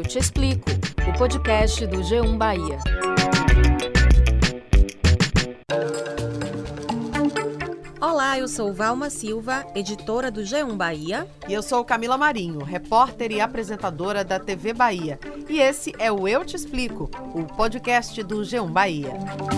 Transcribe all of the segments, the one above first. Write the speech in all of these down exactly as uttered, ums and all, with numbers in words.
Te Explico, o podcast do G um Bahia. Olá, eu sou Valma Silva, editora do G um Bahia. E eu sou Camila Marinho, repórter e apresentadora da T V Bahia. E esse é o Eu Te Explico, o podcast do G um Bahia.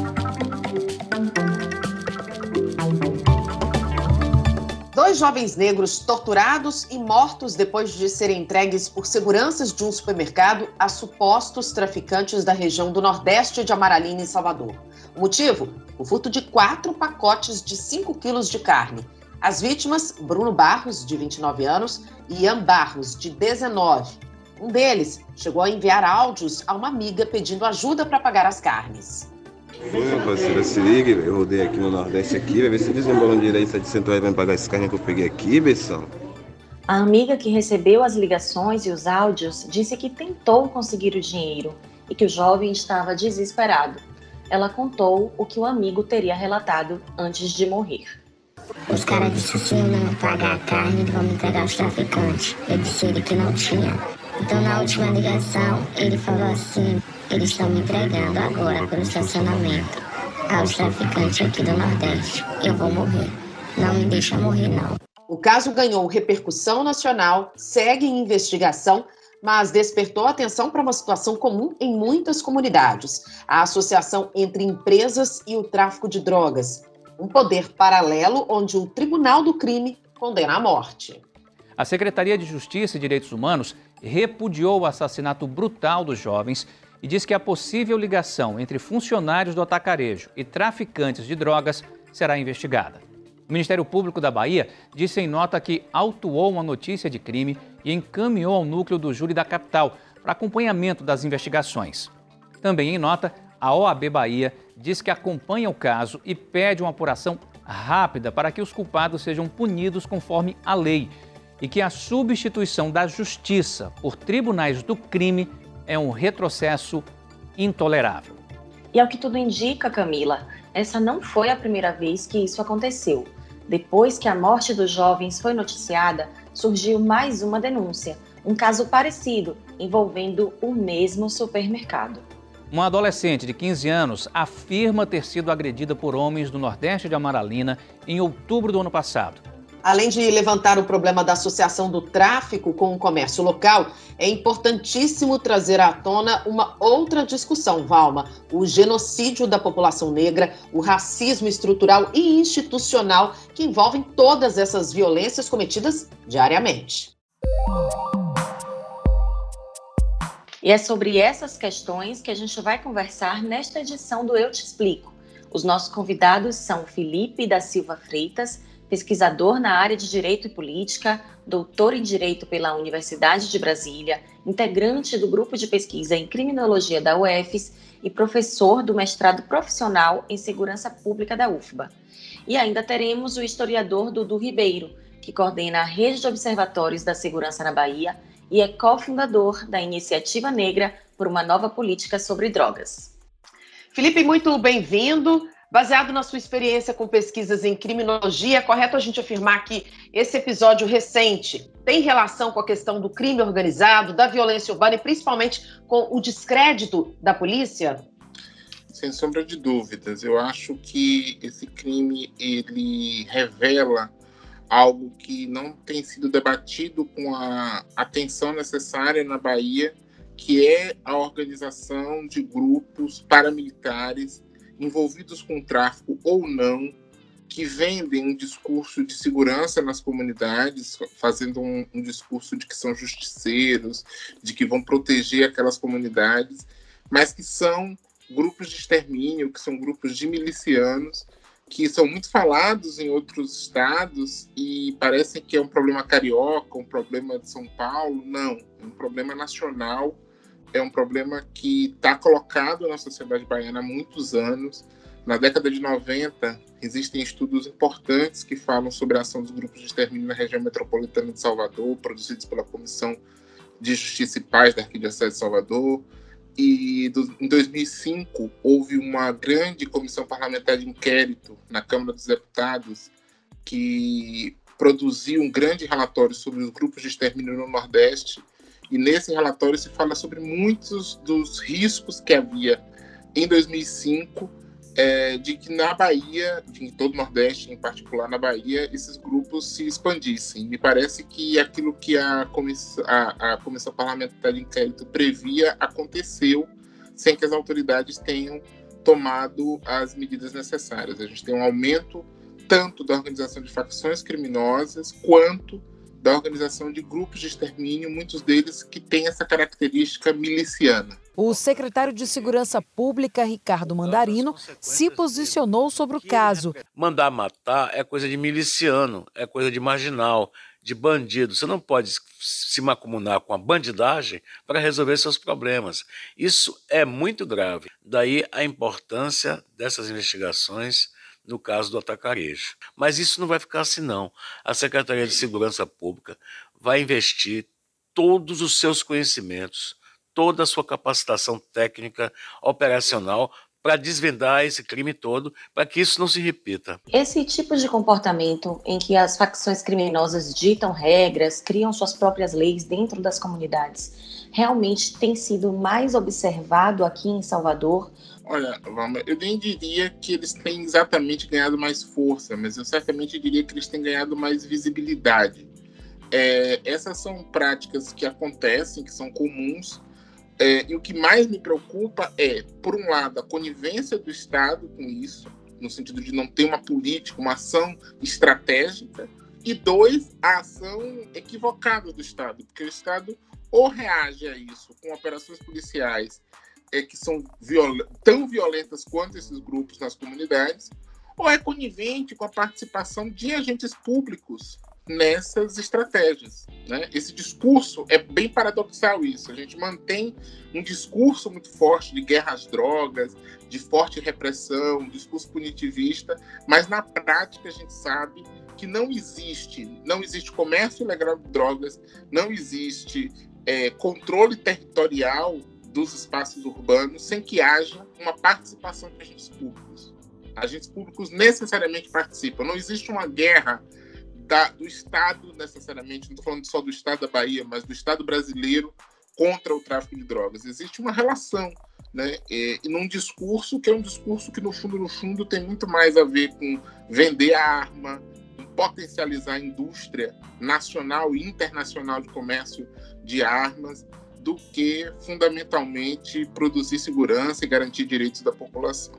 Dois jovens negros torturados e mortos depois de serem entregues por seguranças de um supermercado a supostos traficantes da região do Nordeste de Amaralina, em Salvador. O motivo? O furto de quatro pacotes de cinco quilos de carne. As vítimas, Bruno Barros, de vinte e nove anos, e Ian Barros, de dezenove. Um deles chegou a enviar áudios a uma amiga pedindo ajuda para pagar as carnes. Oi, meu parceiro, se liga, eu rodei aqui no Nordeste aqui, vai ver se desembolam direito setecentos reais pra pagar esse carne que eu peguei aqui, Bessão. A amiga que recebeu as ligações e os áudios disse que tentou conseguir o dinheiro e que o jovem estava desesperado. Ela contou o que o amigo teria relatado antes de morrer. Os caras disseram se eu não pagar a carne, vão me entregar aos traficantes. Eu disse ele que não tinha. Então na última ligação, ele falou assim: eles estão me entregando agora pelo estacionamento aos traficantes aqui do Nordeste. Eu vou morrer. Não me deixa morrer, não. O caso ganhou repercussão nacional, segue em investigação, mas despertou atenção para uma situação comum em muitas comunidades: a associação entre empresas e o tráfico de drogas. Um poder paralelo onde o Tribunal do Crime condena a morte. A Secretaria de Justiça e Direitos Humanos repudiou o assassinato brutal dos jovens e diz que a possível ligação entre funcionários do atacarejo e traficantes de drogas será investigada. O Ministério Público da Bahia disse em nota que autuou uma notícia de crime e encaminhou ao núcleo do júri da capital para acompanhamento das investigações. Também em nota, a O A B Bahia diz que acompanha o caso e pede uma apuração rápida para que os culpados sejam punidos conforme a lei e que a substituição da justiça por tribunais do crime é um retrocesso intolerável. E ao que tudo indica, Camila, essa não foi a primeira vez que isso aconteceu. Depois que a morte dos jovens foi noticiada, surgiu mais uma denúncia, um caso parecido, envolvendo o mesmo supermercado. Uma adolescente de quinze anos afirma ter sido agredida por homens do Nordeste de Amaralina em outubro do ano passado. Além de levantar o problema da associação do tráfico com o comércio local, é importantíssimo trazer à tona uma outra discussão, Valma: o genocídio da população negra, o racismo estrutural e institucional que envolvem todas essas violências cometidas diariamente. E é sobre essas questões que a gente vai conversar nesta edição do Eu Te Explico. Os nossos convidados são Felipe da Silva Freitas, pesquisador na área de Direito e Política, doutor em Direito pela Universidade de Brasília, integrante do Grupo de Pesquisa em Criminologia da U F S e professor do mestrado profissional em Segurança Pública da U F B A. E ainda teremos o historiador Dudu Ribeiro, que coordena a Rede de Observatórios da Segurança na Bahia e é cofundador da Iniciativa Negra por uma Nova Política sobre Drogas. Felipe, muito bem-vindo. Baseado na sua experiência com pesquisas em criminologia, é correto a gente afirmar que esse episódio recente tem relação com a questão do crime organizado, da violência urbana e principalmente com o descrédito da polícia? Sem sombra de dúvidas. Eu acho que esse crime ele revela algo que não tem sido debatido com a atenção necessária na Bahia, que é a organização de grupos paramilitares envolvidos com tráfico ou não, que vendem um discurso de segurança nas comunidades, fazendo um, um discurso de que são justiceiros, de que vão proteger aquelas comunidades, mas que são grupos de extermínio, que são grupos de milicianos, que são muito falados em outros estados e parecem que é um problema carioca, um problema de São Paulo. Não, é um problema nacional, é um problema que está colocado na sociedade baiana há muitos anos. Na década de noventa, existem estudos importantes que falam sobre a ação dos grupos de extermínio na região metropolitana de Salvador, produzidos pela Comissão de Justiça e Paz da Arquidiocese de Salvador. E do, em dois mil e cinco, houve uma grande comissão parlamentar de inquérito na Câmara dos Deputados que produziu um grande relatório sobre os grupos de extermínio no Nordeste E nesse relatório se fala sobre muitos dos riscos que havia em dois mil e cinco, é, de que na Bahia, de, em todo o Nordeste, em particular na Bahia, esses grupos se expandissem. Me parece que aquilo que a Comissão, a, a Comissão Parlamentar de Inquérito previa aconteceu sem que as autoridades tenham tomado as medidas necessárias. A gente tem um aumento tanto da organização de facções criminosas quanto da organização de grupos de extermínio, muitos deles que têm essa característica miliciana. O secretário de Segurança Pública, Ricardo Mandarino, se posicionou sobre o caso. Mandar matar é coisa de miliciano, é coisa de marginal, de bandido. Você não pode se macunar com a bandidagem para resolver seus problemas. Isso é muito grave. Daí a importância dessas investigações no caso do atacarejo. Mas isso não vai ficar assim, não. A Secretaria de Segurança Pública vai investir todos os seus conhecimentos, toda a sua capacitação técnica, operacional, para desvendar esse crime todo, para que isso não se repita. Esse tipo de comportamento em que as facções criminosas ditam regras, criam suas próprias leis dentro das comunidades, realmente tem sido mais observado aqui em Salvador? Olha, eu nem diria que eles têm exatamente ganhado mais força, mas eu certamente diria que eles têm ganhado mais visibilidade. É, essas são práticas que acontecem, que são comuns, é, e o que mais me preocupa é, por um lado, a conivência do Estado com isso, no sentido de não ter uma política, uma ação estratégica, e dois, a ação equivocada do Estado, porque o Estado ou reage a isso com operações policiais é, que são viol- tão violentas quanto esses grupos nas comunidades, ou é conivente com a participação de agentes públicos nessas estratégias, né? Esse discurso é bem paradoxal isso. A gente mantém um discurso muito forte de guerra às drogas, de forte repressão, um discurso punitivista, mas na prática a gente sabe que não existe, não existe comércio ilegal de drogas, não existe é, controle territorial dos espaços urbanos sem que haja uma participação de agentes públicos. Agentes públicos necessariamente participam. Não existe uma guerra da, do Estado, necessariamente, não estou falando só do Estado da Bahia, mas do Estado brasileiro contra o tráfico de drogas. Existe uma relação, né? E, e num discurso que é um discurso que, no fundo, no fundo, tem muito mais a ver com vender a arma, com potencializar a indústria nacional e internacional de comércio de armas, do que, fundamentalmente, produzir segurança e garantir direitos da população.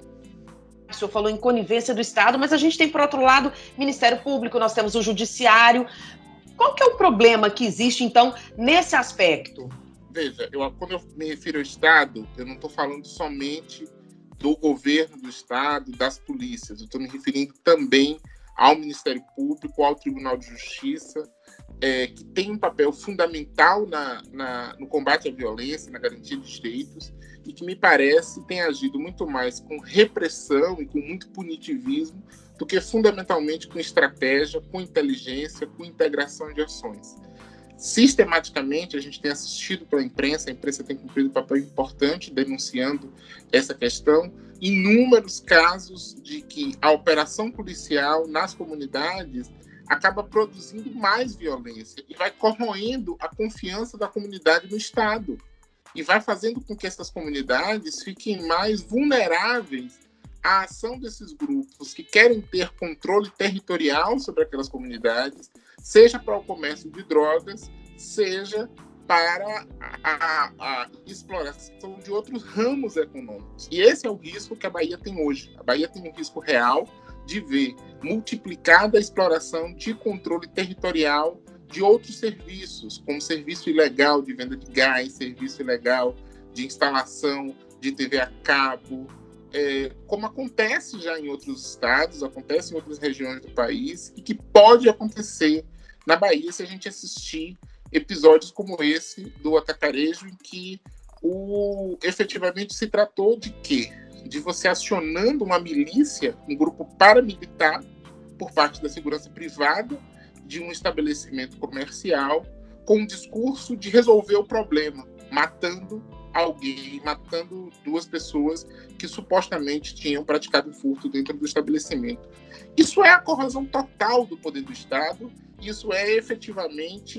O senhor falou em conivência do Estado, mas a gente tem, por outro lado, Ministério Público, nós temos o Judiciário. Qual que é o problema que existe, então, nesse aspecto? Veja, eu, quando eu me refiro ao Estado, eu não estou falando somente do governo do Estado, das polícias. Eu estou me referindo também ao Ministério Público, ao Tribunal de Justiça, é, que tem um papel fundamental na, na, no combate à violência, na garantia de direitos, e que me parece tem agido muito mais com repressão e com muito punitivismo do que fundamentalmente com estratégia, com inteligência, com integração de ações. Sistematicamente, a gente tem assistido pela imprensa, a imprensa tem cumprido um papel importante denunciando essa questão, inúmeros casos de que a operação policial nas comunidades acaba produzindo mais violência e vai corroendo a confiança da comunidade no Estado e vai fazendo com que essas comunidades fiquem mais vulneráveis à ação desses grupos que querem ter controle territorial sobre aquelas comunidades, seja para o comércio de drogas, seja para a, a, a exploração de outros ramos econômicos. E esse é o risco que a Bahia tem hoje. A Bahia tem um risco real de ver multiplicada a exploração de controle territorial de outros serviços, como serviço ilegal de venda de gás, serviço ilegal de instalação de T V a cabo, é, como acontece já em outros estados, acontece em outras regiões do país, e que pode acontecer na Bahia se a gente assistir episódios como esse do atacarejo, em que o, efetivamente se tratou de quê? De você acionando uma milícia, um grupo paramilitar, por parte da segurança privada, de um estabelecimento comercial, com um discurso de resolver o problema, matando alguém, matando duas pessoas que supostamente tinham praticado furto dentro do estabelecimento. Isso é a corrosão total do poder do Estado, isso é efetivamente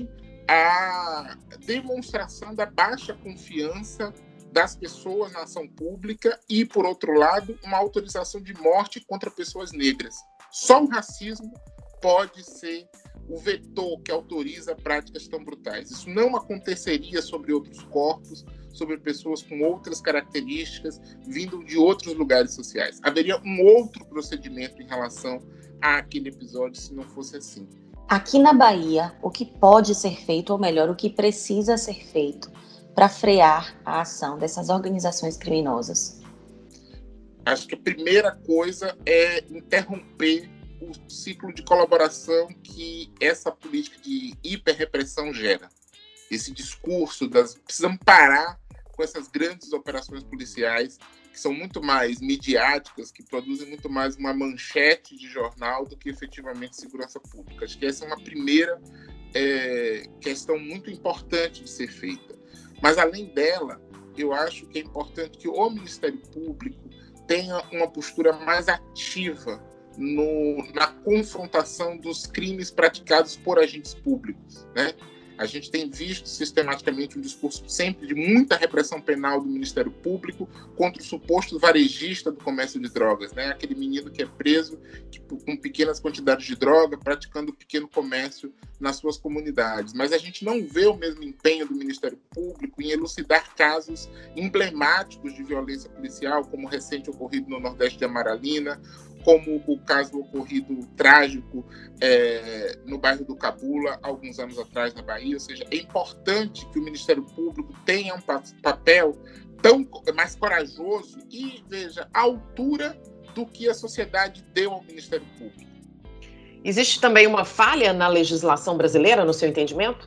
a demonstração da baixa confiança das pessoas na ação pública e, por outro lado, uma autorização de morte contra pessoas negras. Só o racismo pode ser o vetor que autoriza práticas tão brutais. Isso não aconteceria sobre outros corpos, sobre pessoas com outras características, vindo de outros lugares sociais. Haveria um outro procedimento em relação àquele episódio se não fosse assim. Aqui na Bahia, o que pode ser feito, ou melhor, o que precisa ser feito para frear a ação dessas organizações criminosas? Acho que a primeira coisa é interromper o ciclo de colaboração que essa política de hiperrepressão gera. Esse discurso das... Precisamos parar com essas grandes operações policiais que são muito mais midiáticas, que produzem muito mais uma manchete de jornal do que efetivamente segurança pública. Acho que essa é uma primeira é, questão muito importante de ser feita. Mas, além dela, eu acho que é importante que o Ministério Público tenha uma postura mais ativa no, na confrontação dos crimes praticados por agentes públicos, né? A gente tem visto sistematicamente um discurso sempre de muita repressão penal do Ministério Público contra o suposto varejista do comércio de drogas, né? Aquele menino que é preso tipo, com pequenas quantidades de droga, praticando pequeno comércio nas suas comunidades. Mas a gente não vê o mesmo empenho do Ministério Público em elucidar casos emblemáticos de violência policial, como o recente ocorrido no Nordeste de Amaralina, como o caso ocorrido trágico é, no bairro do Cabula, alguns anos atrás na Bahia. Ou seja, é importante que o Ministério Público tenha um papel tão mais corajoso e, veja, à altura do que a sociedade deu ao Ministério Público. Existe também uma falha na legislação brasileira, no seu entendimento?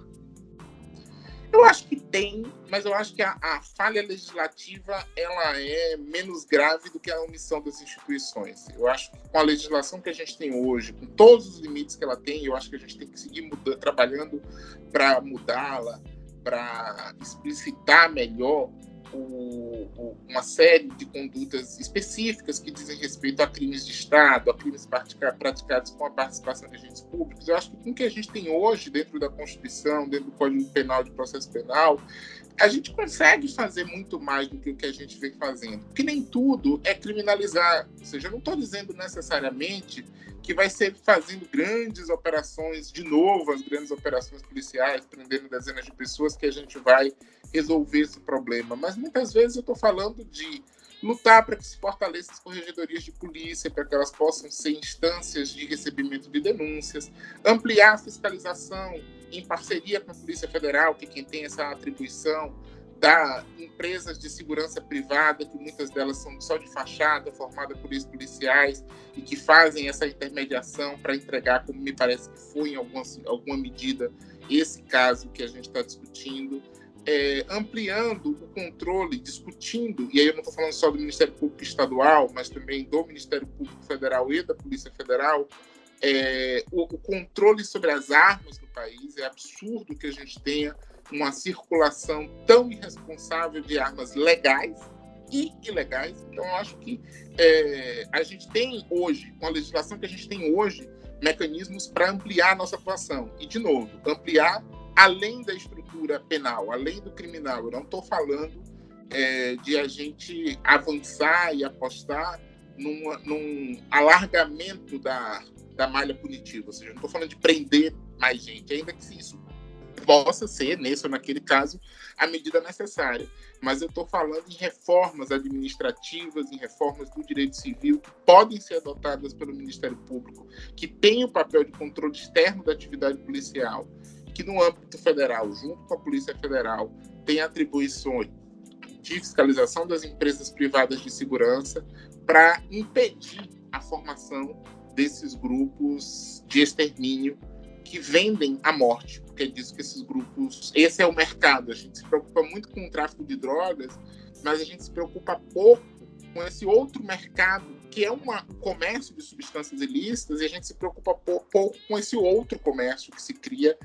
Eu acho que tem, mas eu acho que a, a falha legislativa ela é menos grave do que a omissão das instituições. Eu acho que com a legislação que a gente tem hoje, com todos os limites que ela tem, eu acho que a gente tem que seguir mudando, trabalhando para mudá-la, para explicitar melhor o, o, uma série de condutas específicas que dizem respeito a crimes de Estado, a crimes pratica, praticados com a participação de agentes públicos. Eu acho que com o que a gente tem hoje dentro da Constituição, dentro do Código Penal de Processo Penal, a gente consegue fazer muito mais do que o que a gente vem fazendo. Porque nem tudo é criminalizar. Ou seja, eu não estou dizendo necessariamente que vai ser fazendo grandes operações, de novo, as grandes operações policiais, prendendo dezenas de pessoas, que a gente vai resolver esse problema. Mas muitas vezes eu estou falando de lutar para que se fortaleça as corregedorias de polícia, para que elas possam ser instâncias de recebimento de denúncias, ampliar a fiscalização em parceria com a Polícia Federal, que é quem tem essa atribuição, da empresas de segurança privada, que muitas delas são só de fachada, formadas por ex-policiais, e que fazem essa intermediação para entregar, como me parece que foi em alguma, alguma medida, esse caso que a gente está discutindo, é, ampliando o controle, discutindo, e aí eu não estou falando só do Ministério Público Estadual, mas também do Ministério Público Federal e da Polícia Federal, é, o, o controle sobre as armas no país. É absurdo que a gente tenha uma circulação tão irresponsável de armas legais e ilegais. Então, eu acho que é, a gente tem hoje, com a legislação que a gente tem hoje, mecanismos para ampliar a nossa atuação. E, de novo, ampliar além da estrutura penal, além do criminal. Eu não estou falando é, de a gente avançar e apostar numa, num alargamento da, da malha punitiva. Ou seja, eu não estou falando de prender mais gente, ainda que isso possa ser, nesse ou naquele caso, a medida necessária. Mas eu estou falando em reformas administrativas, em reformas do direito civil, que podem ser adotadas pelo Ministério Público, que tem o papel de controle externo da atividade policial, que no âmbito federal, junto com a Polícia Federal, tem atribuições de fiscalização das empresas privadas de segurança para impedir a formação desses grupos de extermínio que vendem a morte, porque é disso que esses grupos... Esse é o mercado. A gente se preocupa muito com o tráfico de drogas, mas a gente se preocupa pouco com esse outro mercado, que é uma, um comércio de substâncias ilícitas, e a gente se preocupa pouco com esse outro comércio que se cria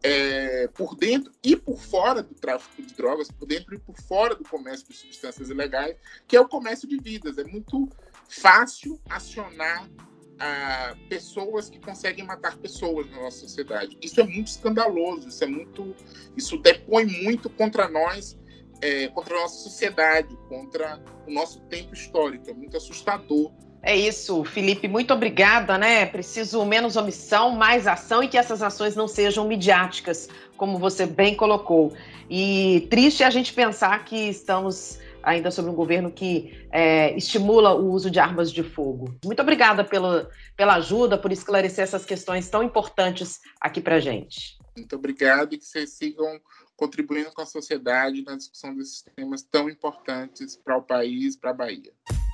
é, por dentro e por fora do tráfico de drogas, por dentro e por fora do comércio de substâncias ilegais, que é o comércio de vidas. É muito fácil acionar ah, pessoas que conseguem matar pessoas na nossa sociedade. Isso é muito escandaloso, isso é muito, isso depõe muito contra nós, é, contra a nossa sociedade, contra o nosso tempo histórico. É muito assustador. É isso, Felipe, muito obrigada, né? Preciso menos omissão, mais ação e que essas ações não sejam midiáticas, como você bem colocou. E triste a gente pensar que estamos ainda sob um governo que é, estimula o uso de armas de fogo. Muito obrigada pela, pela ajuda, por esclarecer essas questões tão importantes aqui pra gente. Muito obrigado e que vocês sigam contribuindo com a sociedade na discussão desses temas tão importantes para o país, para a Bahia.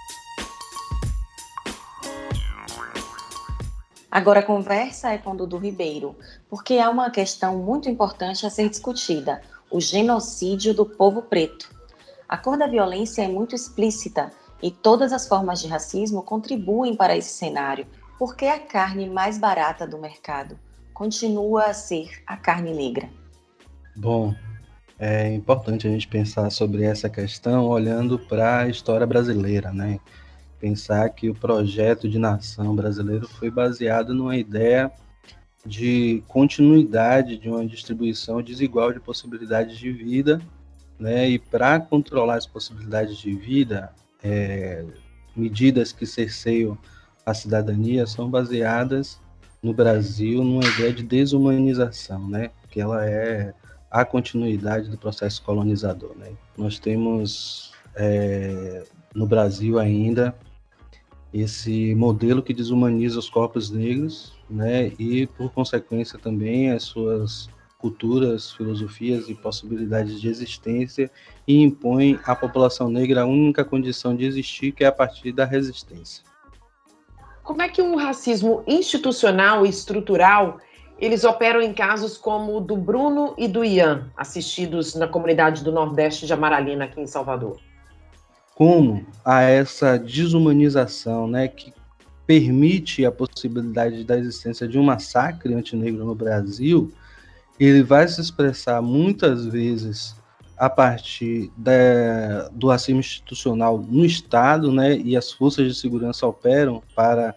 Agora a conversa é com Dudu Ribeiro, porque há uma questão muito importante a ser discutida, o genocídio do povo preto. A cor da violência é muito explícita e todas as formas de racismo contribuem para esse cenário, porque a carne mais barata do mercado continua a ser a carne negra. Bom, é importante a gente pensar sobre essa questão olhando para a história brasileira, né? Pensar que o projeto de nação brasileiro foi baseado numa ideia de continuidade de uma distribuição desigual de possibilidades de vida, né? E para controlar as possibilidades de vida, é, medidas que cerceiam a cidadania são baseadas no Brasil numa ideia de desumanização, né? Que ela é a continuidade do processo colonizador, né? Nós temos é, no Brasil ainda esse modelo que desumaniza os corpos negros, né, e, por consequência, também as suas culturas, filosofias e possibilidades de existência, e impõe à população negra a única condição de existir, que é a partir da resistência. Como é que o racismo institucional e estrutural, eles operam em casos como o do Bruno e do Ian, assistidos na comunidade do Nordeste de Amaralina, aqui em Salvador? Como há essa desumanização, né, que permite a possibilidade da existência de um massacre antinegro no Brasil, ele vai se expressar muitas vezes a partir da, do racismo institucional no Estado, né, e as forças de segurança operam para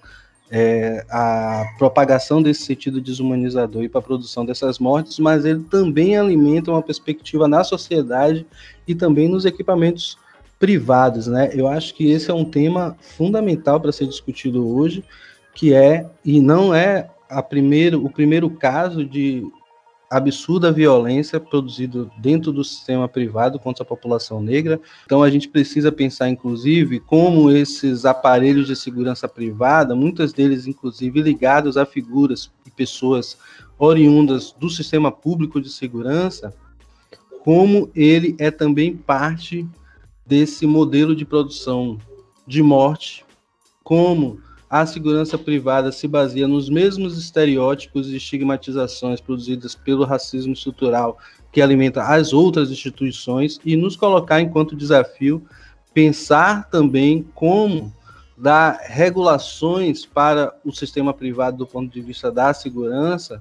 é, a propagação desse sentido desumanizador e para a produção dessas mortes, mas ele também alimenta uma perspectiva na sociedade e também nos equipamentos privados, né? Eu acho que esse é um tema fundamental para ser discutido hoje, que é, e não é a primeiro, o primeiro caso de absurda violência produzido dentro do sistema privado contra a população negra. Então a gente precisa pensar, inclusive, como esses aparelhos de segurança privada, muitos deles, inclusive, ligados a figuras e pessoas oriundas do sistema público de segurança, como ele é também parte desse modelo de produção de morte, como a segurança privada se baseia nos mesmos estereótipos e estigmatizações produzidas pelo racismo estrutural que alimenta as outras instituições, e nos colocar enquanto desafio pensar também como dar regulações para o sistema privado do ponto de vista da segurança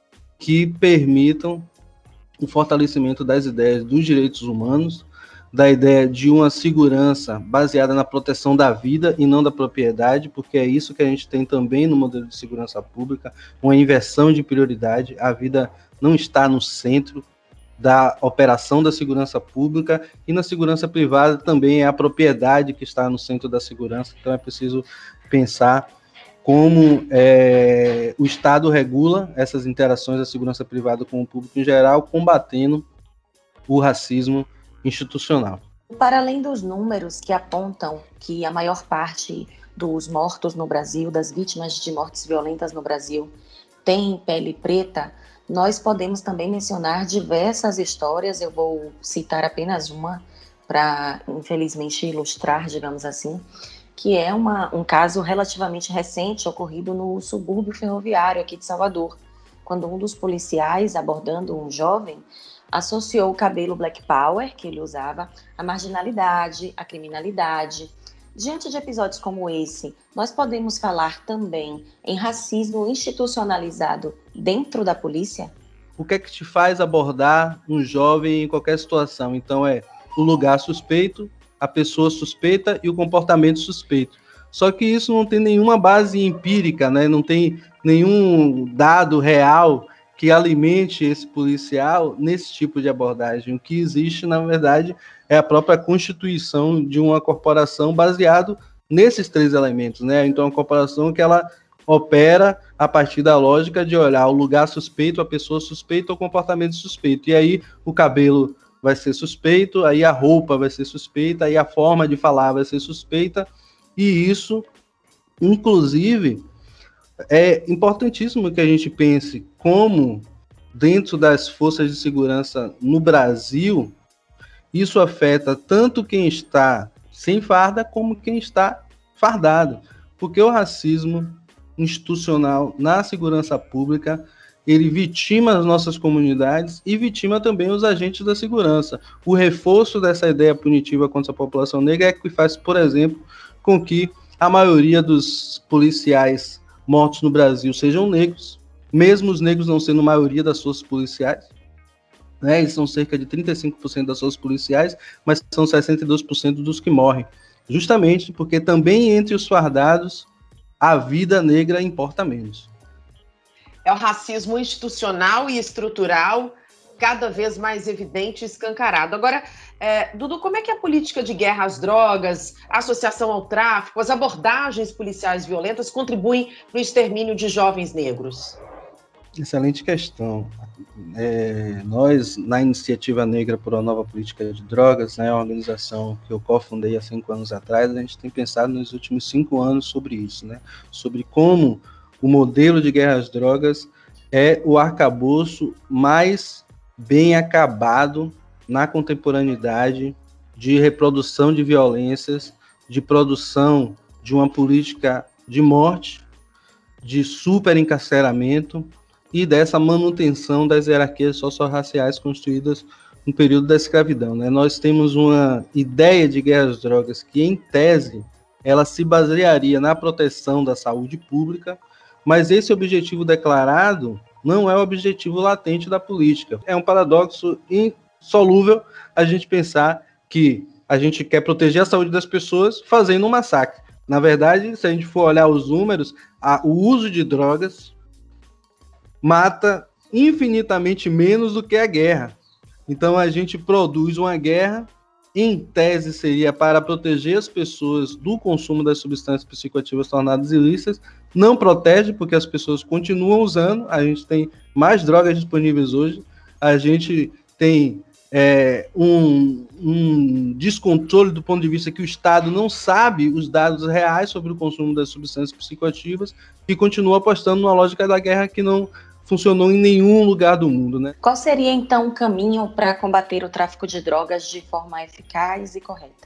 que permitam o fortalecimento das ideias dos direitos humanos, da ideia de uma segurança baseada na proteção da vida e não da propriedade, porque é isso que a gente tem também no modelo de segurança pública, uma inversão de prioridade. A vida não está no centro da operação da segurança pública, e na segurança privada também é a propriedade que está no centro da segurança. Então é preciso pensar como é, o Estado regula essas interações da segurança privada com o público em geral, combatendo o racismo institucional. Para além dos números que apontam que a maior parte dos mortos no Brasil, das vítimas de mortes violentas no Brasil, tem pele preta, nós podemos também mencionar diversas histórias. Eu vou citar apenas uma para, infelizmente, ilustrar, digamos assim, que é uma, um caso relativamente recente ocorrido no subúrbio ferroviário aqui de Salvador, quando um dos policiais, abordando um jovem, associou o cabelo Black Power, que ele usava, à marginalidade, à criminalidade. Diante de episódios como esse, nós podemos falar também em racismo institucionalizado dentro da polícia? O que é que te faz abordar um jovem em qualquer situação? Então é o lugar suspeito, a pessoa suspeita e o comportamento suspeito. Só que isso não tem nenhuma base empírica, né? Não tem nenhum dado real que alimente esse policial nesse tipo de abordagem. O que existe, na verdade, é a própria constituição de uma corporação baseado nesses três elementos, né? Então, a corporação que ela opera a partir da lógica de olhar o lugar suspeito, a pessoa suspeita, o comportamento suspeito. E aí o cabelo vai ser suspeito, aí a roupa vai ser suspeita, aí a forma de falar vai ser suspeita. E isso, inclusive, é importantíssimo que a gente pense como, dentro das forças de segurança no Brasil, isso afeta tanto quem está sem farda como quem está fardado. Porque o racismo institucional na segurança pública, ele vitima as nossas comunidades e vitima também os agentes da segurança. O reforço dessa ideia punitiva contra a população negra é que faz, por exemplo, com que a maioria dos policiais mortos no Brasil sejam negros, mesmo os negros não sendo a maioria das forças policiais, né? Eles são cerca de trinta e cinco por cento das forças policiais, mas são sessenta e dois por cento dos que morrem, justamente porque também entre os fardados a vida negra importa menos. É o racismo institucional e estrutural cada vez mais evidente e escancarado. Agora, é, Dudu, como é que a política de guerra às drogas, a associação ao tráfico, as abordagens policiais violentas contribuem para o extermínio de jovens negros? Excelente questão. É, nós, na Iniciativa Negra por uma Nova Política de Drogas, né, uma organização que eu cofundei há cinco anos atrás, a gente tem pensado nos últimos cinco anos sobre isso, né, sobre como o modelo de guerra às drogas é o arcabouço mais bem acabado na contemporaneidade de reprodução de violências, de produção de uma política de morte, de superencarceramento e dessa manutenção das hierarquias socio-raciais construídas no período da escravidão, né? Nós temos uma ideia de guerra às drogas que, em tese, ela se basearia na proteção da saúde pública, mas esse objetivo declarado não é o objetivo latente da política. É um paradoxo insolúvel a gente pensar que a gente quer proteger a saúde das pessoas fazendo um massacre. Na verdade, se a gente for olhar os números, a, o uso de drogas mata infinitamente menos do que a guerra. Então a gente produz uma guerra, em tese seria para proteger as pessoas do consumo das substâncias psicoativas tornadas ilícitas, não protege porque as pessoas continuam usando, a gente tem mais drogas disponíveis hoje, a gente tem é, um, um descontrole do ponto de vista que o Estado não sabe os dados reais sobre o consumo das substâncias psicoativas e continua apostando numa lógica da guerra que não funcionou em nenhum lugar do mundo, né? Qual seria, então, o caminho para combater o tráfico de drogas de forma eficaz e correta?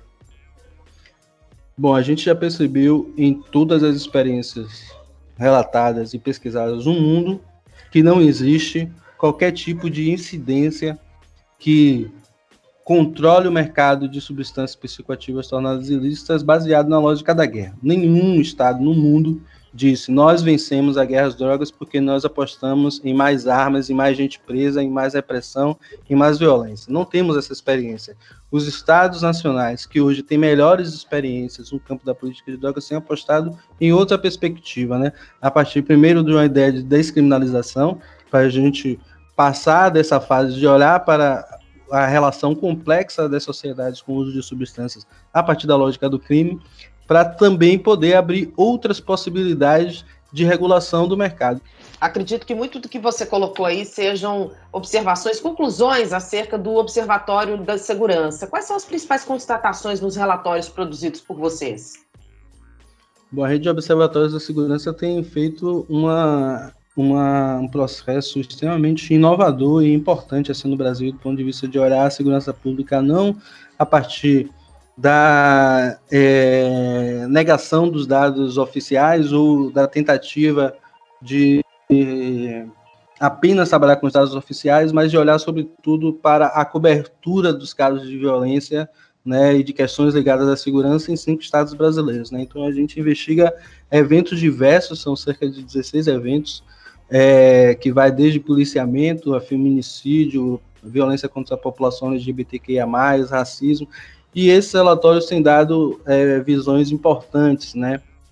Bom, a gente já percebeu em todas as experiências relatadas e pesquisadas no mundo que não existe qualquer tipo de incidência que controle o mercado de substâncias psicoativas tornadas ilícitas baseado na lógica da guerra. Nenhum Estado no mundo disse, nós vencemos a guerra às drogas porque nós apostamos em mais armas, em mais gente presa, em mais repressão, em mais violência. Não temos essa experiência. Os Estados nacionais que hoje têm melhores experiências no campo da política de drogas têm apostado em outra perspectiva, né? A partir, primeiro, de uma ideia de descriminalização, para a gente passar dessa fase de olhar para a relação complexa das sociedades com o uso de substâncias a partir da lógica do crime, para também poder abrir outras possibilidades de regulação do mercado. Acredito que muito do que você colocou aí sejam observações, conclusões acerca do Observatório da Segurança. Quais são as principais constatações nos relatórios produzidos por vocês? Bom, a rede de observatórios da segurança tem feito uma, uma, um processo extremamente inovador e importante assim, no Brasil, do ponto de vista de olhar a segurança pública não a partir da é, negação dos dados oficiais ou da tentativa de é, apenas trabalhar com os dados oficiais, mas de olhar, sobretudo, para a cobertura dos casos de violência, né, e de questões ligadas à segurança em cinco estados brasileiros, né? Então, a gente investiga eventos diversos, são cerca de dezesseis eventos, é, que vai desde policiamento, a feminicídio, violência contra a população L G B T Q I A mais, racismo. E esses relatórios têm dado é, visões importantes, né?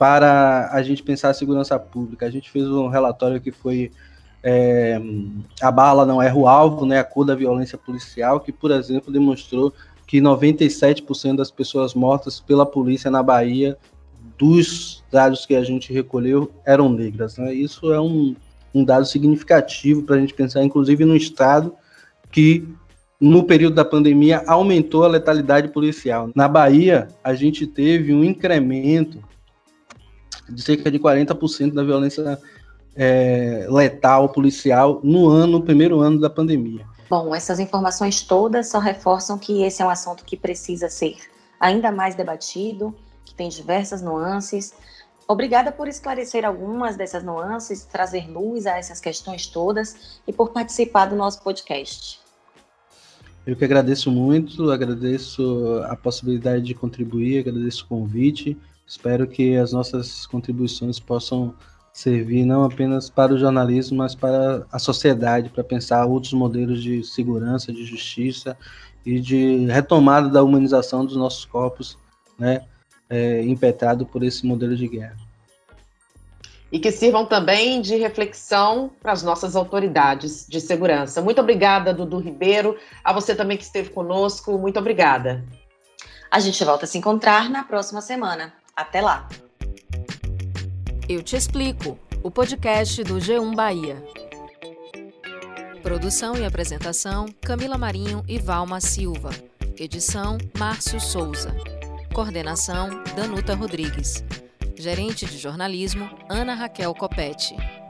para a gente pensar a segurança pública. A gente fez um relatório que foi é, a bala não erra o alvo, né, a cor da violência policial, que, por exemplo, demonstrou que noventa e sete por cento das pessoas mortas pela polícia na Bahia, dos dados que a gente recolheu, eram negras. Né? Isso é um, um dado significativo para a gente pensar, inclusive, no estado que, no período da pandemia, aumentou a letalidade policial. Na Bahia, a gente teve um incremento de cerca de quarenta por cento da violência é, letal policial no ano, no primeiro ano da pandemia. Bom, essas informações todas só reforçam que esse é um assunto que precisa ser ainda mais debatido, que tem diversas nuances. Obrigada por esclarecer algumas dessas nuances, trazer luz a essas questões todas e por participar do nosso podcast. Eu que agradeço muito, agradeço a possibilidade de contribuir, agradeço o convite. Espero que as nossas contribuições possam servir não apenas para o jornalismo, mas para a sociedade, para pensar outros modelos de segurança, de justiça e de retomada da humanização dos nossos corpos, né, é, impetrado por esse modelo de guerra. E que sirvam também de reflexão para as nossas autoridades de segurança. Muito obrigada, Dudu Ribeiro. A você também que esteve conosco, muito obrigada. A gente volta a se encontrar na próxima semana. Até lá! Eu Te Explico, o podcast do G um Bahia. Produção e apresentação, Camila Marinho e Valma Silva. Edição, Márcio Souza. Coordenação, Danuta Rodrigues. Gerente de jornalismo, Ana Raquel Copete.